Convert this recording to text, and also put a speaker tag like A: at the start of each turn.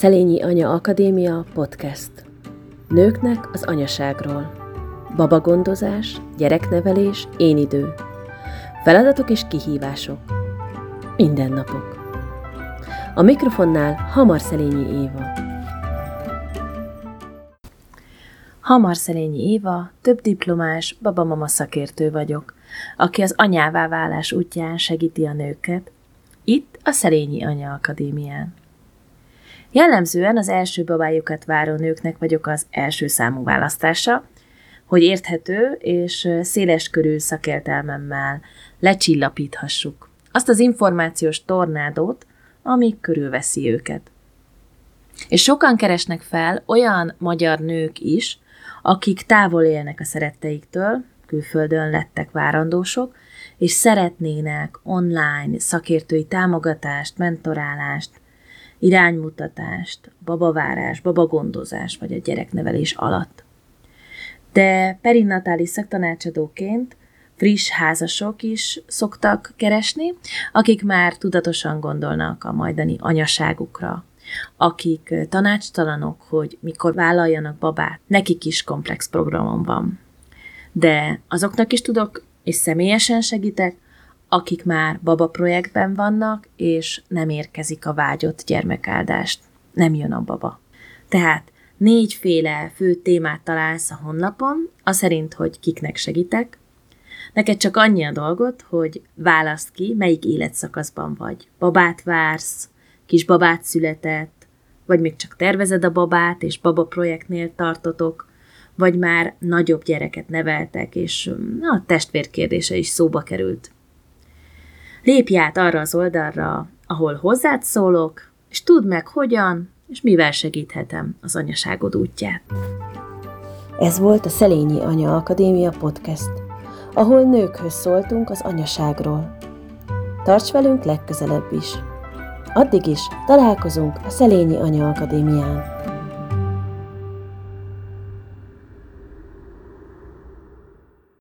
A: Szelényi Anya Akadémia podcast. Nőknek az anyaságról. Babagondozás, gyereknevelés, énidő. Feladatok és kihívások. Mindennapok. A mikrofonnál Hamar-Szelényi Éva.
B: Hamar-Szelényi Éva, több diplomás babamama szakértő vagyok, aki az anyává válás útján segíti a nőket, itt a Szelényi Anya Akadémián. Jellemzően az első babájukat váró nőknek vagyok az első számú választása, hogy érthető és széleskörű szakértelmemmel lecsillapíthassuk azt az információs tornádót, ami körülveszi őket. És sokan keresnek fel olyan magyar nők is, akik távol élnek a szeretteiktől, külföldön lettek várandósok, és szeretnének online szakértői támogatást, mentorálást, iránymutatást, babavárás, babagondozás vagy a gyereknevelés alatt. De perinatális szaktanácsadóként friss házasok is szoktak keresni, akik már tudatosan gondolnak a majdani anyaságukra, akik tanácstalanok, hogy mikor vállaljanak babát, nekik is komplex programom van. De azoknak is tudok, és személyesen segítek, akik már baba projektben vannak, és nem érkezik a vágyott gyermekáldást. Nem jön a baba. Tehát 4 féle fő témát találsz a honlapon, aszerint, hogy kiknek segítek. Neked csak annyi a dolgod, hogy válaszd ki, melyik életszakaszban vagy. Babát vársz, kisbabát született, vagy még csak tervezed a babát, és baba projektnél tartotok, vagy már nagyobb gyereket neveltek, és a testvér kérdése is szóba került. Lépj át arra az oldalra, ahol hozzád szólok, és tudd meg, hogyan és mivel segíthetem az anyaságod útját.
A: Ez volt a Szelényi Anya Akadémia podcast, ahol nőkhöz szóltunk az anyaságról. Tarts velünk legközelebb is! Addig is találkozunk a Szelényi Anya Akadémián.